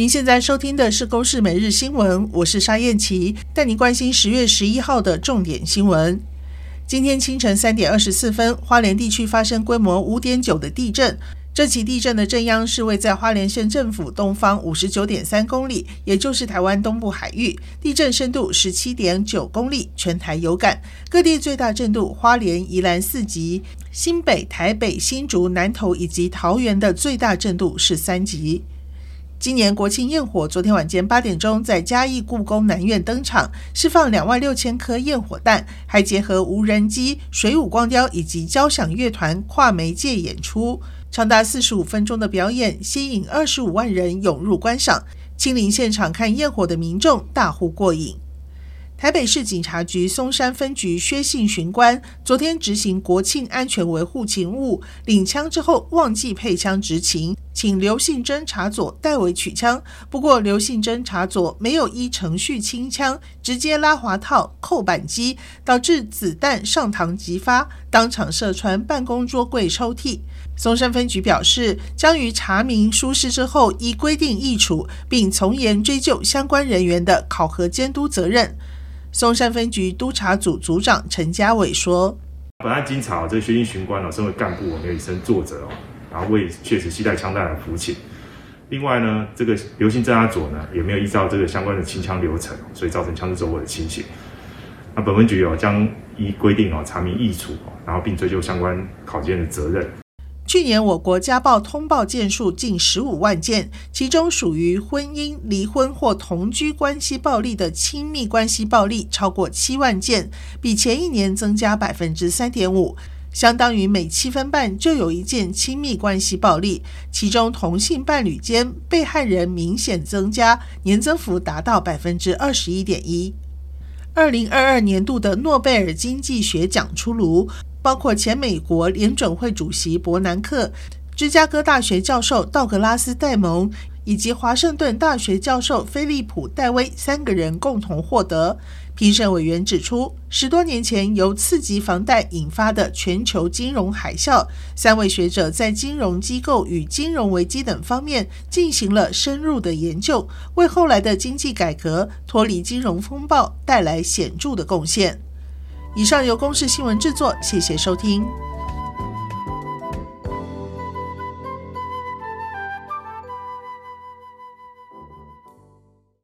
您现在收听的是公视每日新闻，我是沙燕琪，带您关心10月11号的重点新闻。今天清晨3点24分，花莲地区发生规模 5.9 的地震。这起地震的震央是位在花莲县政府东方 59.3 公里，也就是台湾东部海域，地震深度 17.9 公里，全台有感。各地最大震度花莲、宜兰4级，新北、台北、新竹、南投以及桃园的最大震度是3级。今年国庆焰火昨天晚间8点钟在嘉义故宫南院登场，释放26000颗焰火弹，还结合无人机、水舞光雕以及交响乐团跨媒介演出，长达45分钟的表演吸引25万人涌入观赏，亲临现场看焰火的民众大呼过瘾。台北市警察局松山分局薛姓巡官昨天执行国庆安全维护勤务，领枪之后忘记配枪执勤，请刘姓侦查佐代为取枪，不过刘姓侦查佐没有依程序清枪，直接拉滑套扣扳机，导致子弹上膛即发，当场射穿办公桌柜抽屉。松山分局表示，将于查明疏失之后依规定议处，并从严追究相关人员的考核监督责任。松山分局督察组组长陈家伟说， 本案经查，这个薛姓巡官身为干部，没有以身作则，然后未确实携带枪弹来服勤。另外呢，这个刘姓侦查佐呢，也没有依照这个相关的清枪流程，所以造成枪支走火的情形。那本分局将依规定查明议处，然后并追究相关考监的责任。 去年我国家暴通报件数近15万件，其中属于婚姻、离婚或同居关系暴力的亲密关系暴力超过7万件，比前一年增加 3.5%， 相当于每7分半就有一件亲密关系暴力，其中同性伴侣间被害人明显增加，年增幅达到 21.1%。2022年度的诺贝尔经济学奖出炉，包括前美国联准会主席伯南克、芝加哥大学教授道格拉斯·戴蒙以及华盛顿大学教授菲利普·戴威3个人共同获得。评审委员指出，10多年前由次级房贷引发的全球金融海啸，3位学者在金融机构与金融危机等方面进行了深入的研究，为后来的经济改革脱离金融风暴带来显著的贡献。以上由公视新闻制作，谢谢收听。